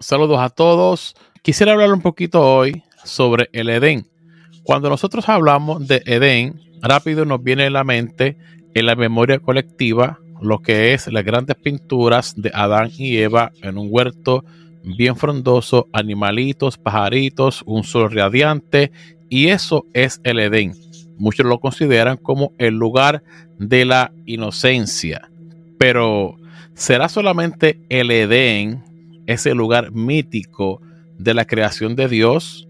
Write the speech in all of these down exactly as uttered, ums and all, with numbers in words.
Saludos a todos. Quisiera hablar un poquito hoy sobre el Edén. Cuando nosotros hablamos de Edén, rápido nos viene a la mente, en la memoria colectiva, lo que es las grandes pinturas de Adán y Eva en un huerto bien frondoso, animalitos, pajaritos, un sol radiante, y eso es el Edén. Muchos lo consideran como el lugar de la inocencia, pero ¿será solamente el Edén ese lugar mítico de la creación de Dios?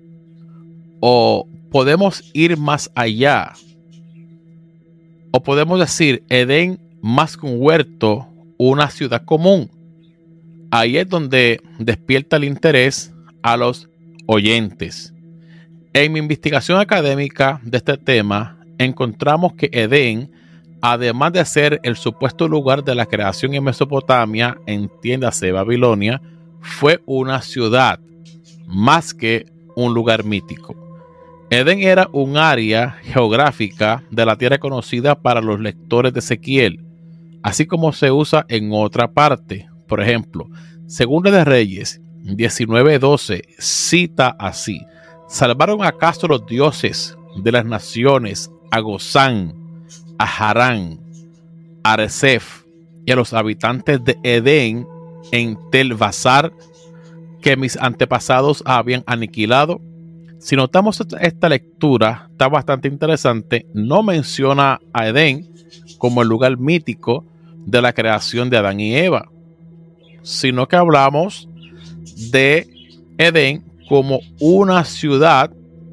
¿O podemos ir más allá? ¿O podemos decir Edén más que un huerto, una ciudad común? Ahí es donde despierta el interés a los oyentes. En mi investigación académica de este tema, encontramos que Edén, además de ser el supuesto lugar de la creación en Mesopotamia, entiéndase Babilonia, fue una ciudad más que un lugar mítico. Edén era un área geográfica de la tierra conocida para los lectores de Ezequiel, así como se usa en otra parte. Por ejemplo, Segunda de Reyes diecinueve doce cita así: ¿salvaron acaso los dioses de las naciones a Gozán, a Harán, a Resef y a los habitantes de Edén en Tel-Basar, que mis antepasados habían aniquilado? Si notamos esta lectura, está bastante interesante. No menciona a Edén como el lugar mítico de la creación de Adán y Eva, sino que hablamos de Edén como una ciudad,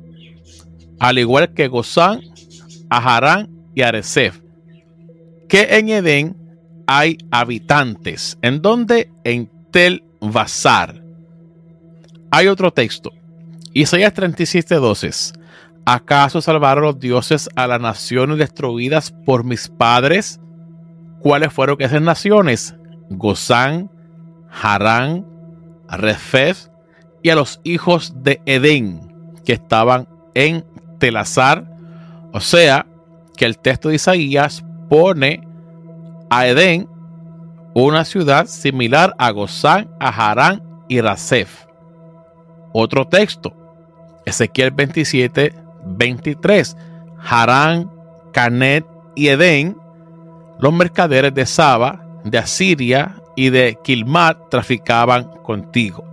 al igual que Gozán, a Harán y a Resef, que en Edén hay habitantes. ¿En dónde? En Tel-Basar. Hay otro texto, Isaías treinta y siete doce. ¿Acaso salvaron los dioses a las naciones destruidas por mis padres? ¿Cuáles fueron esas naciones? Gozán, Harán, Resef y a los hijos de Edén que estaban en Telasar. O sea, que el texto de Isaías pone a Edén una ciudad similar a Gozán, a Harán y Resef. Otro texto, Ezequiel veintisiete veintitrés. Harán, Canet y Edén, los mercaderes de Saba, de Asiria y de Quilmat traficaban contigo.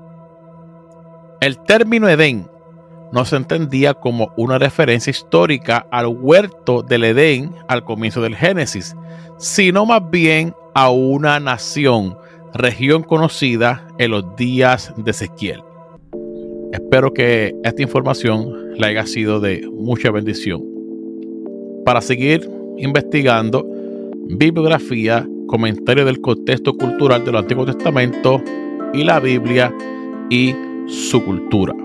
El término Edén no se entendía como una referencia histórica al huerto del Edén al comienzo del Génesis, sino más bien a una nación, región conocida en los días de Ezequiel. Espero que esta información le haya sido de mucha bendición. Para seguir investigando bibliografía, comentario del contexto cultural del Antiguo Testamento y la Biblia y su cultura.